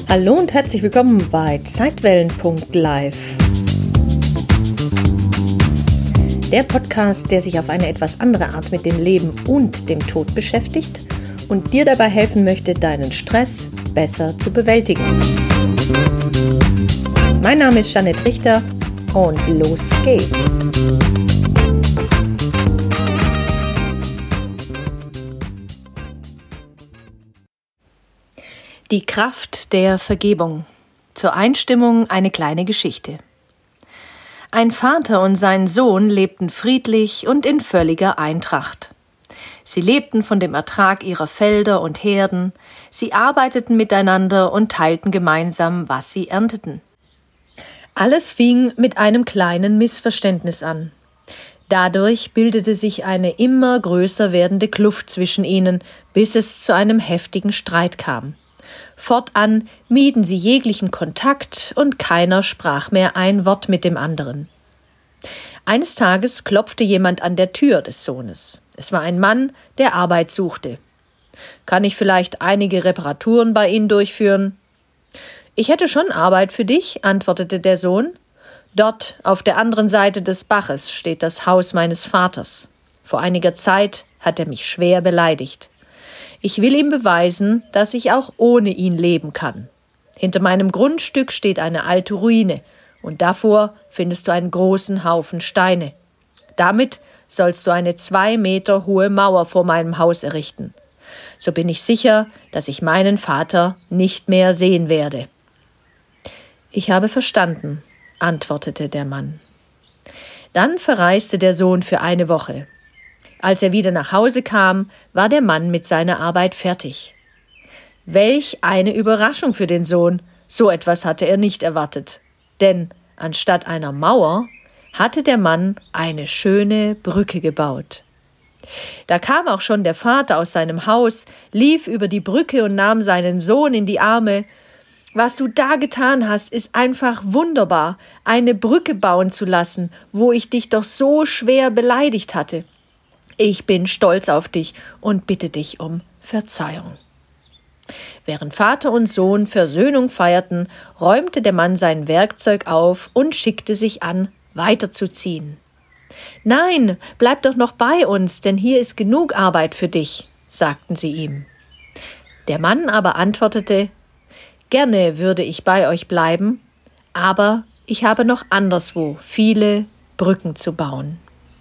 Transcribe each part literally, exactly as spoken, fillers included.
Hallo und herzlich willkommen bei Zeitwellen Punkt live. Der Podcast, der sich auf eine etwas andere Art mit dem Leben und dem Tod beschäftigt und dir dabei helfen möchte, deinen Stress besser zu bewältigen. Mein Name ist Jeanette Richter und los geht's. Die Kraft der Vergebung. Zur Einstimmung eine kleine Geschichte. Ein Vater und sein Sohn lebten friedlich und in völliger Eintracht. Sie lebten von dem Ertrag ihrer Felder und Herden, sie arbeiteten miteinander und teilten gemeinsam, was sie ernteten. Alles fing mit einem kleinen Missverständnis an. Dadurch bildete sich eine immer größer werdende Kluft zwischen ihnen, bis es zu einem heftigen Streit kam. Fortan mieden sie jeglichen Kontakt und keiner sprach mehr ein Wort mit dem anderen. Eines Tages klopfte jemand an der Tür des Sohnes. Es war ein Mann, der Arbeit suchte. »Kann ich vielleicht einige Reparaturen bei Ihnen durchführen?« »Ich hätte schon Arbeit für dich«, antwortete der Sohn. »Dort, auf der anderen Seite des Baches, steht das Haus meines Vaters. Vor einiger Zeit hat er mich schwer beleidigt. Ich will ihm beweisen, dass ich auch ohne ihn leben kann. Hinter meinem Grundstück steht eine alte Ruine und davor findest du einen großen Haufen Steine. Damit sollst du eine zwei Meter hohe Mauer vor meinem Haus errichten. So bin ich sicher, dass ich meinen Vater nicht mehr sehen werde.« »Ich habe verstanden«, antwortete der Mann. Dann verreiste der Sohn für eine Woche. Als er wieder nach Hause kam, war der Mann mit seiner Arbeit fertig. Welch eine Überraschung für den Sohn! So etwas hatte er nicht erwartet. Denn anstatt einer Mauer hatte der Mann eine schöne Brücke gebaut. Da kam auch schon der Vater aus seinem Haus, lief über die Brücke und nahm seinen Sohn in die Arme. »Was du da getan hast, ist einfach wunderbar, eine Brücke bauen zu lassen, wo ich dich doch so schwer beleidigt hatte. Ich bin stolz auf dich und bitte dich um Verzeihung.« Während Vater und Sohn Versöhnung feierten, räumte der Mann sein Werkzeug auf und schickte sich an, weiterzuziehen. »Nein, bleib doch noch bei uns, denn hier ist genug Arbeit für dich«, sagten sie ihm. Der Mann aber antwortete: »Gerne würde ich bei euch bleiben, aber ich habe noch anderswo viele Brücken zu bauen.«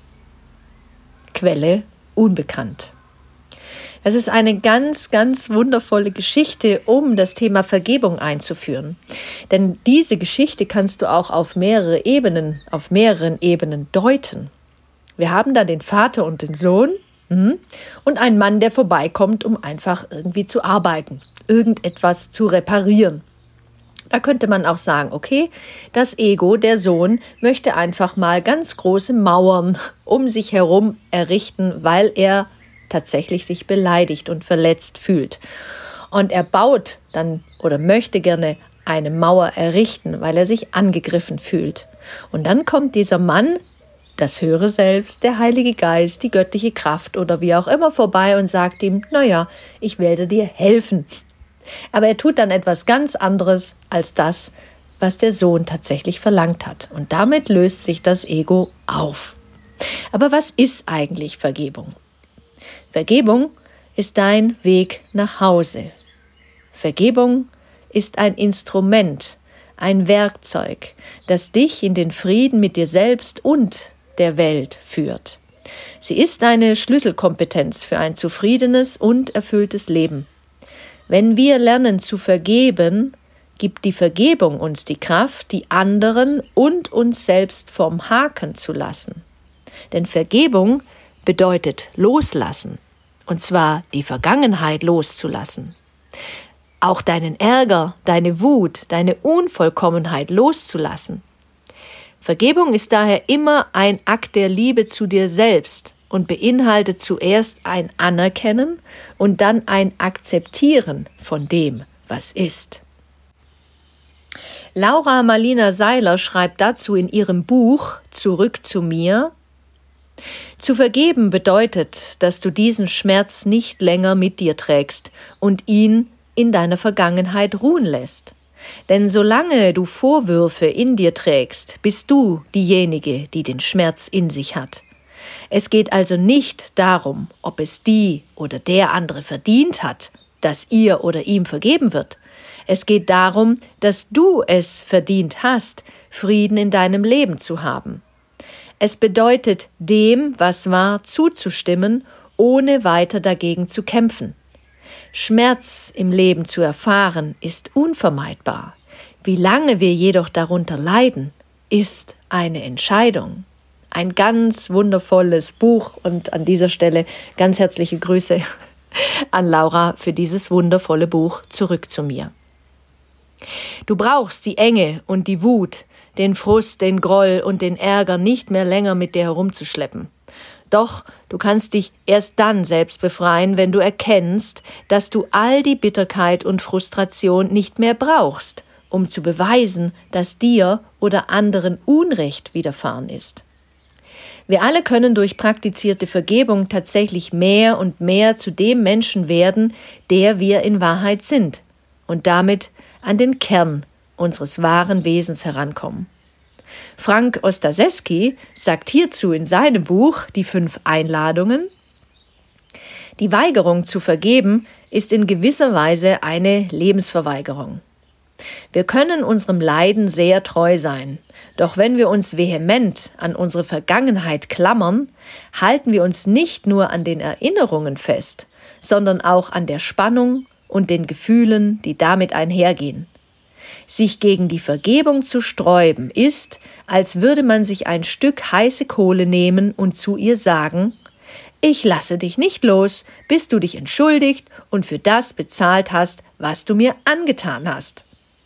Quelle unbekannt. Das ist eine ganz, ganz wundervolle Geschichte, um das Thema Vergebung einzuführen. Denn diese Geschichte kannst du auch auf mehrere Ebenen, auf mehreren Ebenen deuten. Wir haben da den Vater und den Sohn und einen Mann, der vorbeikommt, um einfach irgendwie zu arbeiten, irgendetwas zu reparieren. Da könnte man auch sagen, okay, das Ego, der Sohn, möchte einfach mal ganz große Mauern um sich herum errichten, weil er tatsächlich sich beleidigt und verletzt fühlt. Und er baut dann oder möchte gerne eine Mauer errichten, weil er sich angegriffen fühlt. Und dann kommt dieser Mann, das höhere Selbst, der Heilige Geist, die göttliche Kraft oder wie auch immer vorbei und sagt ihm, naja, ich werde dir helfen. Aber er tut dann etwas ganz anderes als das, was der Sohn tatsächlich verlangt hat. Und damit löst sich das Ego auf. Aber was ist eigentlich Vergebung? Vergebung ist dein Weg nach Hause. Vergebung ist ein Instrument, ein Werkzeug, das dich in den Frieden mit dir selbst und der Welt führt. Sie ist eine Schlüsselkompetenz für ein zufriedenes und erfülltes Leben. Wenn wir lernen zu vergeben, gibt die Vergebung uns die Kraft, die anderen und uns selbst vom Haken zu lassen. Denn Vergebung bedeutet loslassen, und zwar die Vergangenheit loszulassen. Auch deinen Ärger, deine Wut, deine Unvollkommenheit loszulassen. Vergebung ist daher immer ein Akt der Liebe zu dir selbst und beinhaltet zuerst ein Anerkennen und dann ein Akzeptieren von dem, was ist. Laura Marlina Seiler schreibt dazu in ihrem Buch »Zurück zu mir«: Zu vergeben bedeutet, dass du diesen Schmerz nicht länger mit dir trägst und ihn in deiner Vergangenheit ruhen lässt. Denn solange du Vorwürfe in dir trägst, bist du diejenige, die den Schmerz in sich hat. Es geht also nicht darum, ob es die oder der andere verdient hat, dass ihr oder ihm vergeben wird. Es geht darum, dass du es verdient hast, Frieden in deinem Leben zu haben. Es bedeutet, dem, was war, zuzustimmen, ohne weiter dagegen zu kämpfen. Schmerz im Leben zu erfahren, ist unvermeidbar. Wie lange wir jedoch darunter leiden, ist eine Entscheidung. Ein ganz wundervolles Buch und an dieser Stelle ganz herzliche Grüße an Laura für dieses wundervolle Buch Zurück zu mir. Du brauchst die Enge und die Wut, den Frust, den Groll und den Ärger nicht mehr länger mit dir herumzuschleppen. Doch du kannst dich erst dann selbst befreien, wenn du erkennst, dass du all die Bitterkeit und Frustration nicht mehr brauchst, um zu beweisen, dass dir oder anderen Unrecht widerfahren ist. Wir alle können durch praktizierte Vergebung tatsächlich mehr und mehr zu dem Menschen werden, der wir in Wahrheit sind und damit an den Kern unseres wahren Wesens herankommen. Frank Ostaseski sagt hierzu in seinem Buch Die fünf Einladungen: Die Weigerung zu vergeben ist in gewisser Weise eine Lebensverweigerung. Wir können unserem Leiden sehr treu sein, doch wenn wir uns vehement an unsere Vergangenheit klammern, halten wir uns nicht nur an den Erinnerungen fest, sondern auch an der Spannung und den Gefühlen, die damit einhergehen. Sich gegen die Vergebung zu sträuben, ist, als würde man sich ein Stück heiße Kohle nehmen und zu ihr sagen: Ich lasse dich nicht los, bis du dich entschuldigt und für das bezahlt hast, was du mir angetan hast.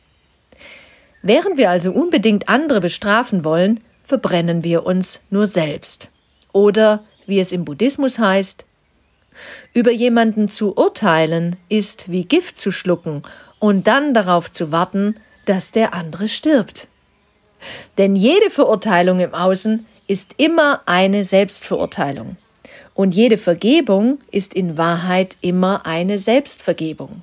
Während wir also unbedingt andere bestrafen wollen, verbrennen wir uns nur selbst. Oder, wie es im Buddhismus heißt, über jemanden zu urteilen ist wie Gift zu schlucken und dann darauf zu warten, dass der andere stirbt. Denn jede Verurteilung im Außen ist immer eine Selbstverurteilung. Und jede Vergebung ist in Wahrheit immer eine Selbstvergebung.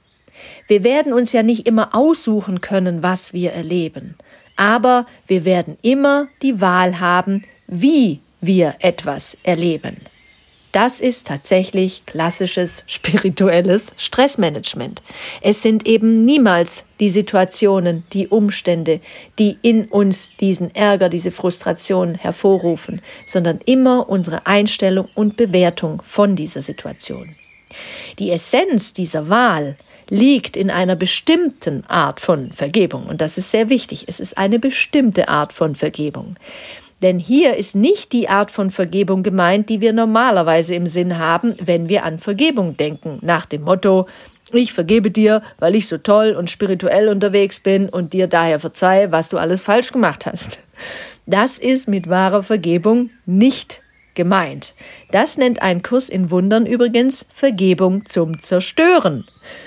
Wir werden uns ja nicht immer aussuchen können, was wir erleben, aber wir werden immer die Wahl haben, wie wir etwas erleben. Das ist tatsächlich klassisches spirituelles Stressmanagement. Es sind eben niemals die Situationen, die Umstände, die in uns diesen Ärger, diese Frustration hervorrufen, sondern immer unsere Einstellung und Bewertung von dieser Situation. Die Essenz dieser Wahl liegt in einer bestimmten Art von Vergebung. Und das ist sehr wichtig. Es ist eine bestimmte Art von Vergebung. Denn hier ist nicht die Art von Vergebung gemeint, die wir normalerweise im Sinn haben, wenn wir an Vergebung denken. Nach dem Motto: Ich vergebe dir, weil ich so toll und spirituell unterwegs bin und dir daher verzeihe, was du alles falsch gemacht hast. Das ist mit wahrer Vergebung nicht gemeint. Das nennt ein Kurs in Wundern übrigens Vergebung zum Zerstören.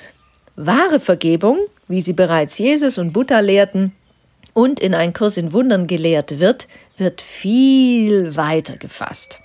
Wahre Vergebung, wie sie bereits Jesus und Buddha lehrten und in ein Kurs in Wundern gelehrt wird, wird viel weiter gefasst.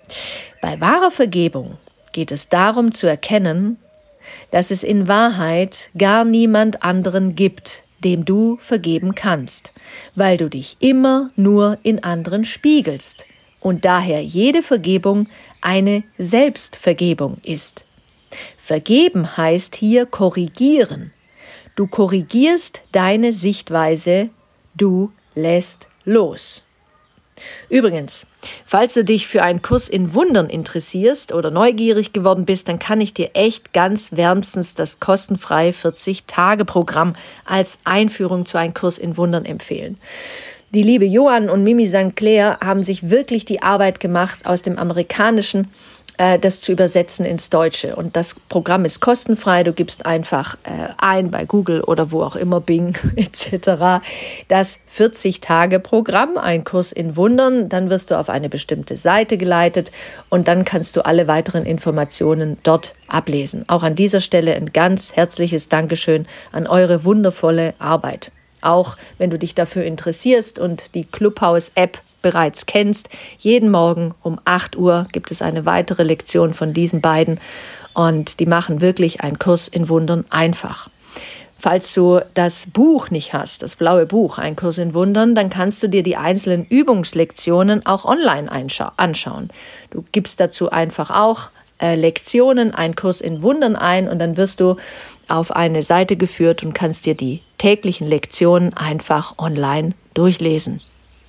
Bei wahrer Vergebung geht es darum zu erkennen, dass es in Wahrheit gar niemand anderen gibt, dem du vergeben kannst, weil du dich immer nur in anderen spiegelst und daher jede Vergebung eine Selbstvergebung ist. Vergeben heißt hier korrigieren. Du korrigierst deine Sichtweise, du lässt los. Übrigens, falls du dich für einen Kurs in Wundern interessierst oder neugierig geworden bist, dann kann ich dir echt ganz wärmstens das kostenfreie vierzig-Tage-Programm als Einführung zu einem Kurs in Wundern empfehlen. Die liebe Joanne und Mimi Sankt Clair haben sich wirklich die Arbeit gemacht, aus dem Amerikanischen äh, das zu übersetzen ins Deutsche. Und das Programm ist kostenfrei. Du gibst einfach äh, ein bei Google oder wo auch immer, Bing et cetera. Das vierzig-Tage-Programm, ein Kurs in Wundern. Dann wirst du auf eine bestimmte Seite geleitet und dann kannst du alle weiteren Informationen dort ablesen. Auch an dieser Stelle ein ganz herzliches Dankeschön an eure wundervolle Arbeit. Auch wenn du dich dafür interessierst und die Clubhouse-App bereits kennst, jeden Morgen um acht Uhr gibt es eine weitere Lektion von diesen beiden und die machen wirklich einen Kurs in Wundern einfach. Falls du das Buch nicht hast, das blaue Buch, ein Kurs in Wundern, dann kannst du dir die einzelnen Übungslektionen auch online anschauen. Du gibst dazu einfach auch äh, Lektionen, ein Kurs in Wundern ein und dann wirst du auf eine Seite geführt und kannst dir die täglichen Lektionen einfach online durchlesen.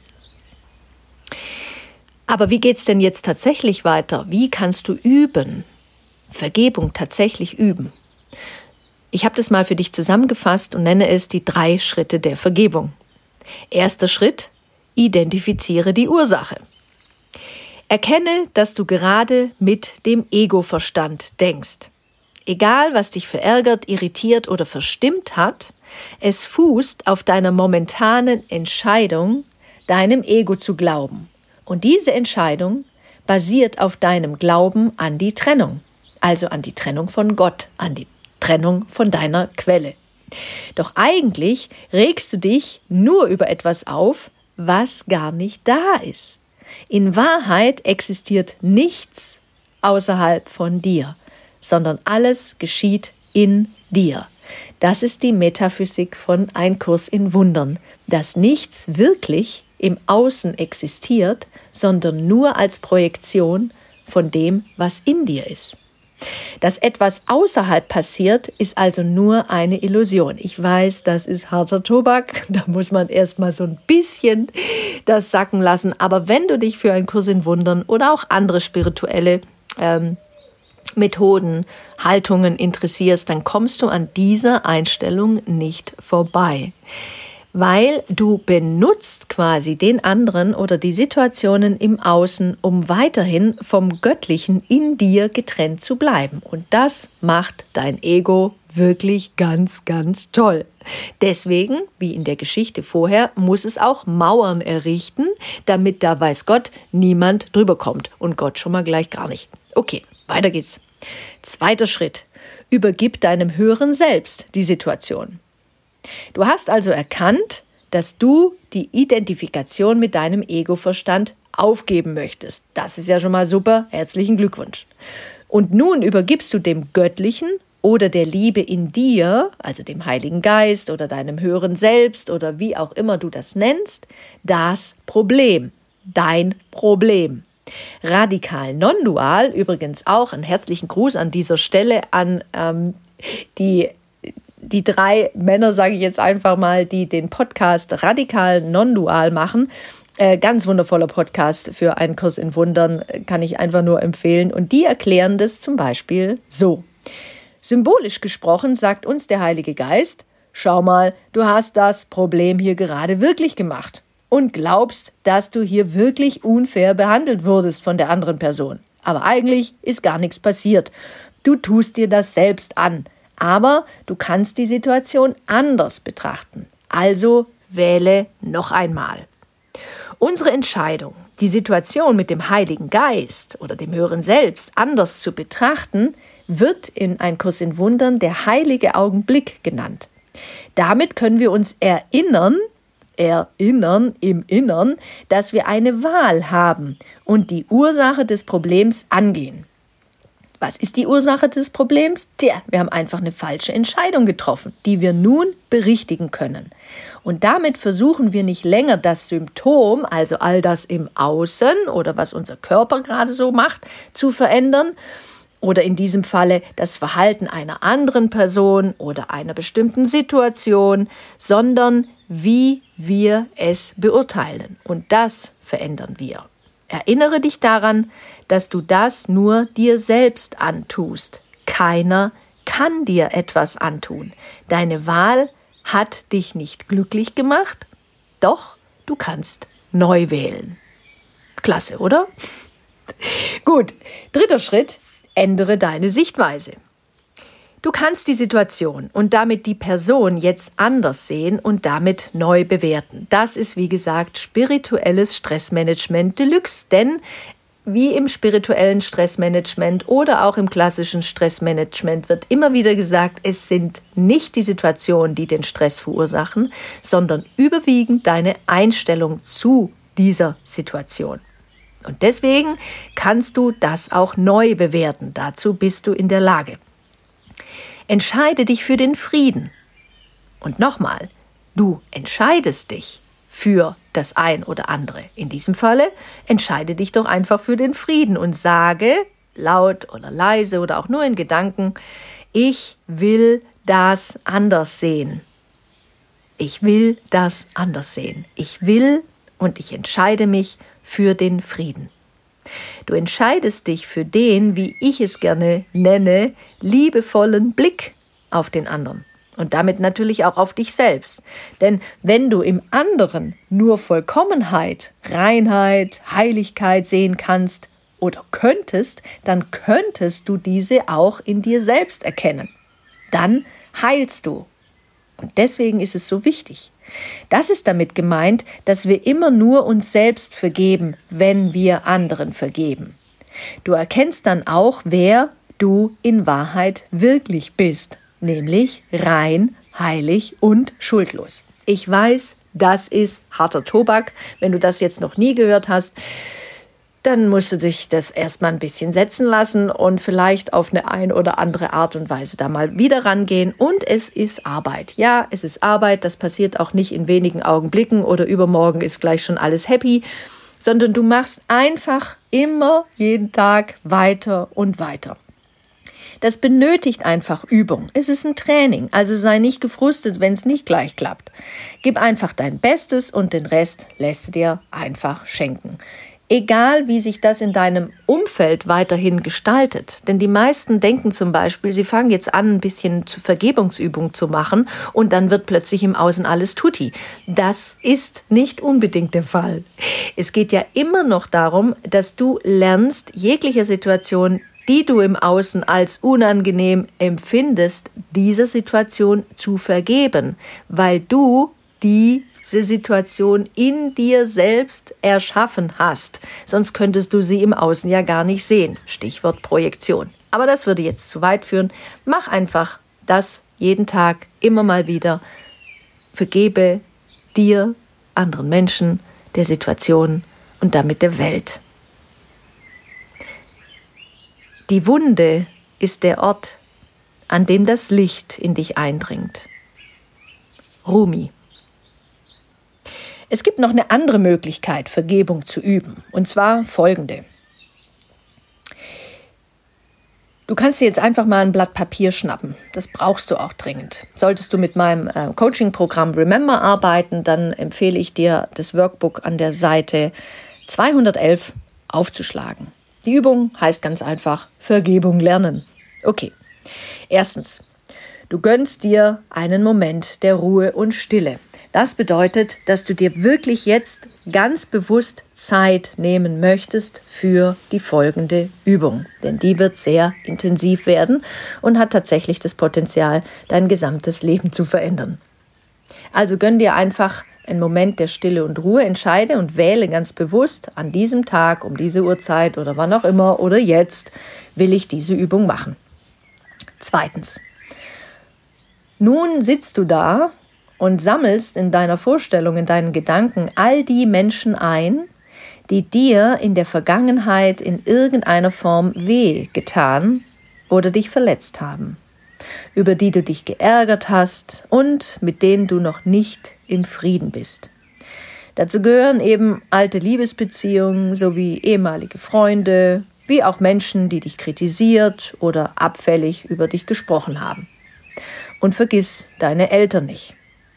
Aber wie geht's denn jetzt tatsächlich weiter? Wie kannst du üben? Vergebung tatsächlich üben. Ich habe das mal für dich zusammengefasst und nenne es die drei Schritte der Vergebung. Erster Schritt: Identifiziere die Ursache. Erkenne, dass du gerade mit dem Ego-Verstand denkst. Egal, was dich verärgert, irritiert oder verstimmt hat, es fußt auf deiner momentanen Entscheidung, deinem Ego zu glauben. Und diese Entscheidung basiert auf deinem Glauben an die Trennung, also an die Trennung von Gott, an die Trennung von deiner Quelle. Doch eigentlich regst du dich nur über etwas auf, was gar nicht da ist. In Wahrheit existiert nichts außerhalb von dir, sondern alles geschieht in dir. Das ist die Metaphysik von Ein Kurs in Wundern, dass nichts wirklich im Außen existiert, sondern nur als Projektion von dem, was in dir ist. Dass etwas außerhalb passiert, ist also nur eine Illusion. Ich weiß, das ist harter Tobak, da muss man erstmal so ein bisschen das sacken lassen. Aber wenn du dich für einen Kurs in Wundern oder auch andere spirituelle ähm, Methoden, Haltungen interessierst, dann kommst du an dieser Einstellung nicht vorbei. Weil du benutzt quasi den anderen oder die Situationen im Außen, um weiterhin vom Göttlichen in dir getrennt zu bleiben. Und das macht dein Ego wirklich ganz, ganz toll. Deswegen, wie in der Geschichte vorher, muss es auch Mauern errichten, damit da, weiß Gott, niemand drüber kommt. Und Gott schon mal gleich gar nicht. Okay, weiter geht's. Zweiter Schritt. Übergib deinem höheren Selbst die Situation. Du hast also erkannt, dass du die Identifikation mit deinem Ego-Verstand aufgeben möchtest. Das ist ja schon mal super. Herzlichen Glückwunsch. Und nun übergibst du dem Göttlichen oder der Liebe in dir, also dem Heiligen Geist oder deinem höheren Selbst oder wie auch immer du das nennst, das Problem, dein Problem. Radikal non-dual, übrigens auch einen herzlichen Gruß an dieser Stelle an ähm, die Die drei Männer, sage ich jetzt einfach mal, die den Podcast Radikal Non-Dual machen. Äh, ganz wundervoller Podcast für einen Kurs in Wundern, kann ich einfach nur empfehlen. Und die erklären das zum Beispiel so. Symbolisch gesprochen sagt uns der Heilige Geist: Schau mal, du hast das Problem hier gerade wirklich gemacht und glaubst, dass du hier wirklich unfair behandelt wurdest von der anderen Person. Aber eigentlich ist gar nichts passiert. Du tust dir das selbst an. Aber du kannst die Situation anders betrachten. Also wähle noch einmal. Unsere Entscheidung, die Situation mit dem Heiligen Geist oder dem höheren Selbst anders zu betrachten, wird in Ein Kurs in Wundern der heilige Augenblick genannt. Damit können wir uns erinnern, erinnern im Innern, dass wir eine Wahl haben und die Ursache des Problems angehen. Was ist die Ursache des Problems? Tja, wir haben einfach eine falsche Entscheidung getroffen, die wir nun berichtigen können. Und damit versuchen wir nicht länger das Symptom, also all das im Außen oder was unser Körper gerade so macht, zu verändern oder in diesem Falle das Verhalten einer anderen Person oder einer bestimmten Situation, sondern wie wir es beurteilen. Und das verändern wir. Erinnere dich daran, dass du das nur dir selbst antust. Keiner kann dir etwas antun. Deine Wahl hat dich nicht glücklich gemacht, doch du kannst neu wählen. Klasse, oder? Gut, dritter Schritt, ändere deine Sichtweise. Du kannst die Situation und damit die Person jetzt anders sehen und damit neu bewerten. Das ist, wie gesagt, spirituelles Stressmanagement Deluxe, denn wie im spirituellen Stressmanagement oder auch im klassischen Stressmanagement wird immer wieder gesagt, es sind nicht die Situationen, die den Stress verursachen, sondern überwiegend deine Einstellung zu dieser Situation. Und deswegen kannst du das auch neu bewerten. Dazu bist du in der Lage. Entscheide dich für den Frieden. Und nochmal, du entscheidest dich für das ein oder andere. In diesem Falle entscheide dich doch einfach für den Frieden und sage laut oder leise oder auch nur in Gedanken, ich will das anders sehen. Ich will das anders sehen. Ich will und ich entscheide mich für den Frieden. Du entscheidest dich für den, wie ich es gerne nenne, liebevollen Blick auf den anderen. Und damit natürlich auch auf dich selbst. Denn wenn du im anderen nur Vollkommenheit, Reinheit, Heiligkeit sehen kannst oder könntest, dann könntest du diese auch in dir selbst erkennen. Dann heilst du. Und deswegen ist es so wichtig. Das ist damit gemeint, dass wir immer nur uns selbst vergeben, wenn wir anderen vergeben. Du erkennst dann auch, wer du in Wahrheit wirklich bist, nämlich rein, heilig und schuldlos. Ich weiß, das ist harter Tobak. Wenn du das jetzt noch nie gehört hast, dann musst du dich das erstmal ein bisschen setzen lassen und vielleicht auf eine ein oder andere Art und Weise da mal wieder rangehen. Und es ist Arbeit. Ja, es ist Arbeit. Das passiert auch nicht in wenigen Augenblicken oder übermorgen ist gleich schon alles happy, sondern du machst einfach immer jeden Tag weiter und weiter. Das benötigt einfach Übung. Es ist ein Training, also sei nicht gefrustet, wenn es nicht gleich klappt. Gib einfach dein Bestes und den Rest lässt du dir einfach schenken. Egal, wie sich das in deinem Umfeld weiterhin gestaltet. Denn die meisten denken zum Beispiel, sie fangen jetzt an, ein bisschen Vergebungsübung zu machen und dann wird plötzlich im Außen alles tutti. Das ist nicht unbedingt der Fall. Es geht ja immer noch darum, dass du lernst, jeglicher Situation, die du im Außen als unangenehm empfindest, dieser Situation zu vergeben, weil du die diese Situation in dir selbst erschaffen hast. Sonst könntest du sie im Außen ja gar nicht sehen. Stichwort Projektion. Aber das würde jetzt zu weit führen. Mach einfach das jeden Tag, immer mal wieder. Vergebe dir, anderen Menschen, der Situation und damit der Welt. Die Wunde ist der Ort, an dem das Licht in dich eindringt. Rumi. Es gibt noch eine andere Möglichkeit, Vergebung zu üben, und zwar folgende. Du kannst dir jetzt einfach mal ein Blatt Papier schnappen. Das brauchst du auch dringend. Solltest du mit meinem äh, Coaching-Programm Remember arbeiten, dann empfehle ich dir, das Workbook an der Seite zweihundertelf aufzuschlagen. Die Übung heißt ganz einfach Vergebung lernen. Okay. Erstens, du gönnst dir einen Moment der Ruhe und Stille. Das bedeutet, dass du dir wirklich jetzt ganz bewusst Zeit nehmen möchtest für die folgende Übung. Denn die wird sehr intensiv werden und hat tatsächlich das Potenzial, dein gesamtes Leben zu verändern. Also gönn dir einfach einen Moment der Stille und Ruhe, entscheide und wähle ganz bewusst, an diesem Tag, um diese Uhrzeit oder wann auch immer oder jetzt, will ich diese Übung machen. Zweitens, nun sitzt du da und sammelst in deiner Vorstellung, in deinen Gedanken all die Menschen ein, die dir in der Vergangenheit in irgendeiner Form weh getan oder dich verletzt haben, über die du dich geärgert hast und mit denen du noch nicht im Frieden bist. Dazu gehören eben alte Liebesbeziehungen sowie ehemalige Freunde, wie auch Menschen, die dich kritisiert oder abfällig über dich gesprochen haben. Und vergiss deine Eltern nicht.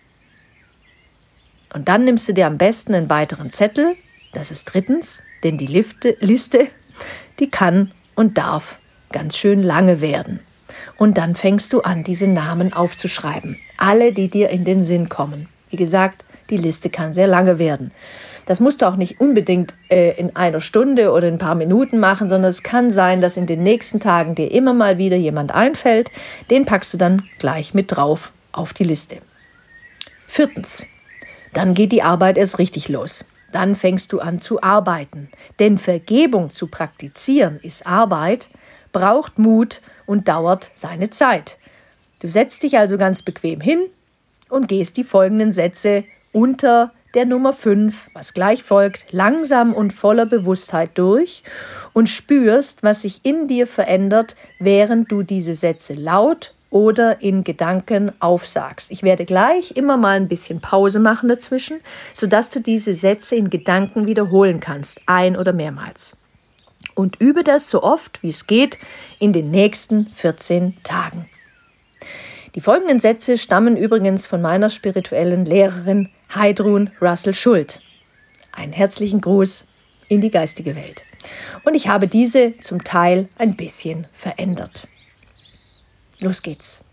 Und dann nimmst du dir am besten einen weiteren Zettel, das ist drittens, denn die Liste, Liste, die kann und darf ganz schön lange werden. Und dann fängst du an, diese Namen aufzuschreiben. Alle, die dir in den Sinn kommen. Wie gesagt, die Liste kann sehr lange werden. Das musst du auch nicht unbedingt äh, in einer Stunde oder in ein paar Minuten machen, sondern es kann sein, dass in den nächsten Tagen dir immer mal wieder jemand einfällt. Den packst du dann gleich mit drauf auf die Liste. Viertens. Dann geht die Arbeit erst richtig los. Dann fängst du an zu arbeiten. Denn Vergebung zu praktizieren ist Arbeit, braucht Mut und dauert seine Zeit. Du setzt dich also ganz bequem hin und gehst die folgenden Sätze unter der Nummer fünf, was gleich folgt, langsam und voller Bewusstheit durch und spürst, was sich in dir verändert, während du diese Sätze laut oder in Gedanken aufsagst. Ich werde gleich immer mal ein bisschen Pause machen dazwischen, sodass du diese Sätze in Gedanken wiederholen kannst, ein- oder mehrmals. Und übe das so oft, wie es geht, in den nächsten vierzehn Tagen. Die folgenden Sätze stammen übrigens von meiner spirituellen Lehrerin Heidrun Russell-Schuld. Einen herzlichen Gruß in die geistige Welt. Und ich habe diese zum Teil ein bisschen verändert. Los geht's.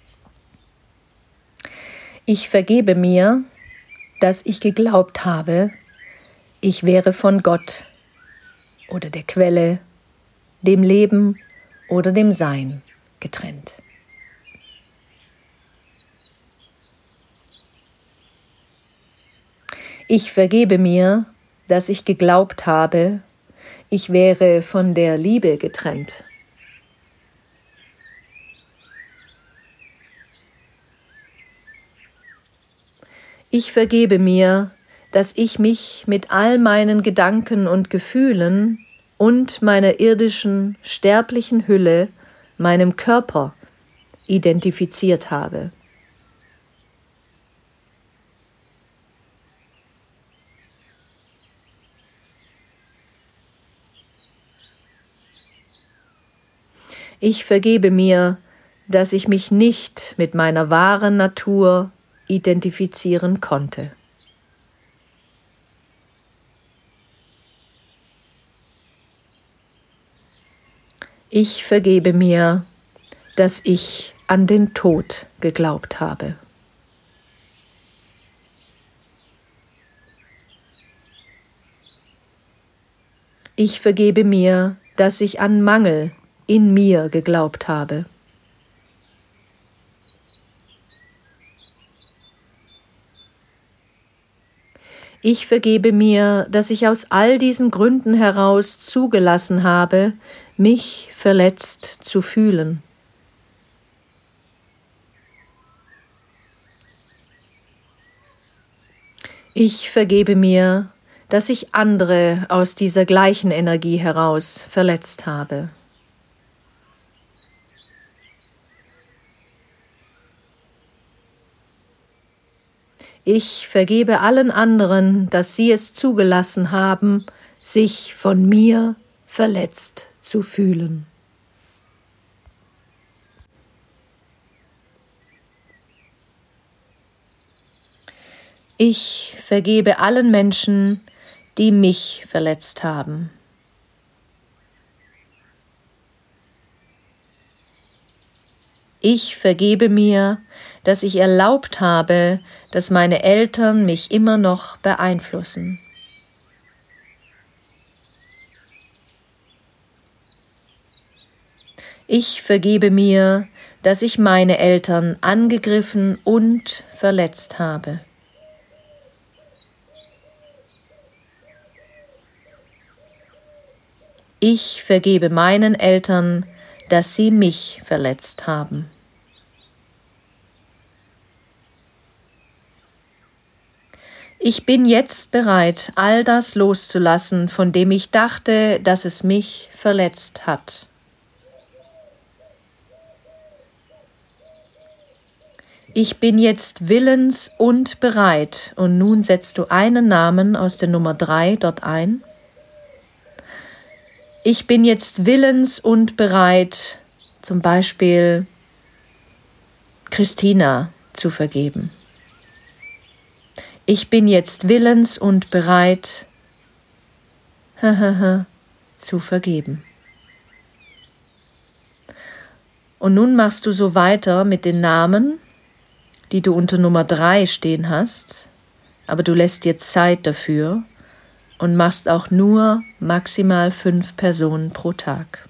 Ich vergebe mir, dass ich geglaubt habe, ich wäre von Gott oder der Quelle, dem Leben oder dem Sein getrennt. Ich vergebe mir, dass ich geglaubt habe, ich wäre von der Liebe getrennt. Ich vergebe mir, dass ich mich mit all meinen Gedanken und Gefühlen und meiner irdischen, sterblichen Hülle, meinem Körper, identifiziert habe. Ich vergebe mir, dass ich mich nicht mit meiner wahren Natur identifizieren konnte. Ich vergebe mir, dass ich an den Tod geglaubt habe. Ich vergebe mir, dass ich an Mangel in mir geglaubt habe. Ich vergebe mir, dass ich aus all diesen Gründen heraus zugelassen habe, mich verletzt zu fühlen. Ich vergebe mir, dass ich andere aus dieser gleichen Energie heraus verletzt habe. Ich vergebe allen anderen, dass sie es zugelassen haben, sich von mir verletzt zu fühlen. Ich vergebe allen Menschen, die mich verletzt haben. Ich vergebe mir, dass ich erlaubt habe, dass meine Eltern mich immer noch beeinflussen. Ich vergebe mir, dass ich meine Eltern angegriffen und verletzt habe. Ich vergebe meinen Eltern, dass sie mich verletzt haben. Ich bin jetzt bereit, all das loszulassen, von dem ich dachte, dass es mich verletzt hat. Ich bin jetzt willens und bereit, und nun setzt du einen Namen aus der Nummer drei dort ein. Ich bin jetzt willens und bereit, zum Beispiel Christina zu vergeben. Ich bin jetzt willens und bereit, zu vergeben. Und nun machst du so weiter mit den Namen, die du unter Nummer drei stehen hast, aber du lässt dir Zeit dafür und machst auch nur maximal fünf Personen pro Tag.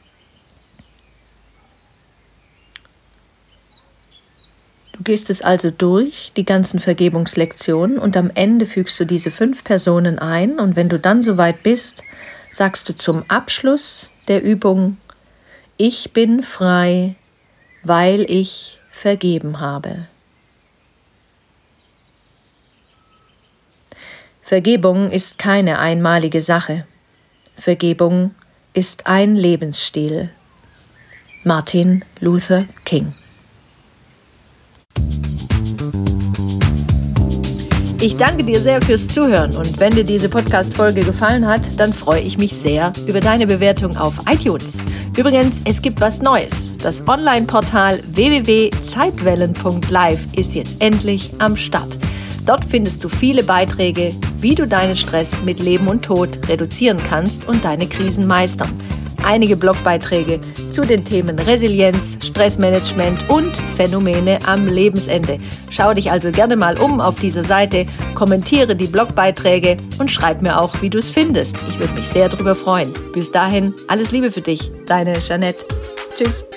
Du gehst es also durch, die ganzen Vergebungslektionen, und am Ende fügst du diese fünf Personen ein, und wenn du dann soweit bist, sagst du zum Abschluss der Übung: Ich bin frei, weil ich vergeben habe. Vergebung ist keine einmalige Sache. Vergebung ist ein Lebensstil. Martin Luther King. Ich danke dir sehr fürs Zuhören und wenn dir diese Podcast-Folge gefallen hat, dann freue ich mich sehr über deine Bewertung auf iTunes. Übrigens, es gibt was Neues. Das Online-Portal w w w punkt zeitwellen punkt live ist jetzt endlich am Start. Dort findest du viele Beiträge, wie du deinen Stress mit Leben und Tod reduzieren kannst und deine Krisen meistern. Einige Blogbeiträge zu den Themen Resilienz, Stressmanagement und Phänomene am Lebensende. Schau dich also gerne mal um auf dieser Seite, kommentiere die Blogbeiträge und schreib mir auch, wie du es findest. Ich würde mich sehr darüber freuen. Bis dahin, alles Liebe für dich, deine Jeanette. Tschüss.